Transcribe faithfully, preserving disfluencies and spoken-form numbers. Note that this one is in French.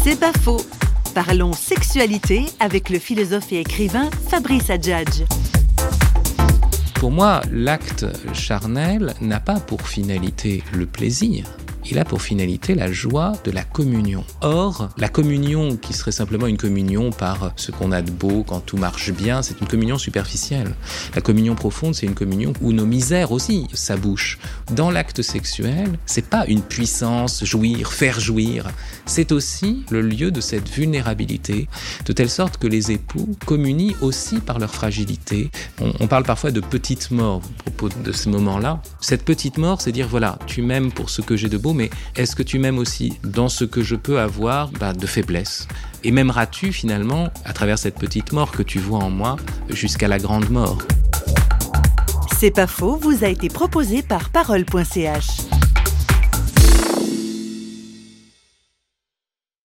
C'est pas faux. Parlons sexualité avec le philosophe et écrivain Fabrice Adjadj. Pour moi, l'acte charnel n'a pas pour finalité le plaisir. Il a pour finalité la joie de la communion. Or, la communion qui serait simplement une communion par ce qu'on a de beau quand tout marche bien, c'est une communion superficielle. La communion profonde, c'est une communion où nos misères aussi s'abouchent. Dans l'acte sexuel, c'est pas une puissance, jouir, faire jouir. C'est aussi le lieu de cette vulnérabilité, de telle sorte que les époux communient aussi par leur fragilité. On, on parle parfois de petite mort à propos de ce moment-là. Cette petite mort, c'est dire, voilà, tu m'aimes pour ce que j'ai de beau, mais est-ce que tu m'aimes aussi dans ce que je peux avoir bah, de faiblesse ? Et m'aimeras-tu finalement, à travers cette petite mort que tu vois en moi, jusqu'à la grande mort ? C'est pas faux, vous a été proposé par parole point c h.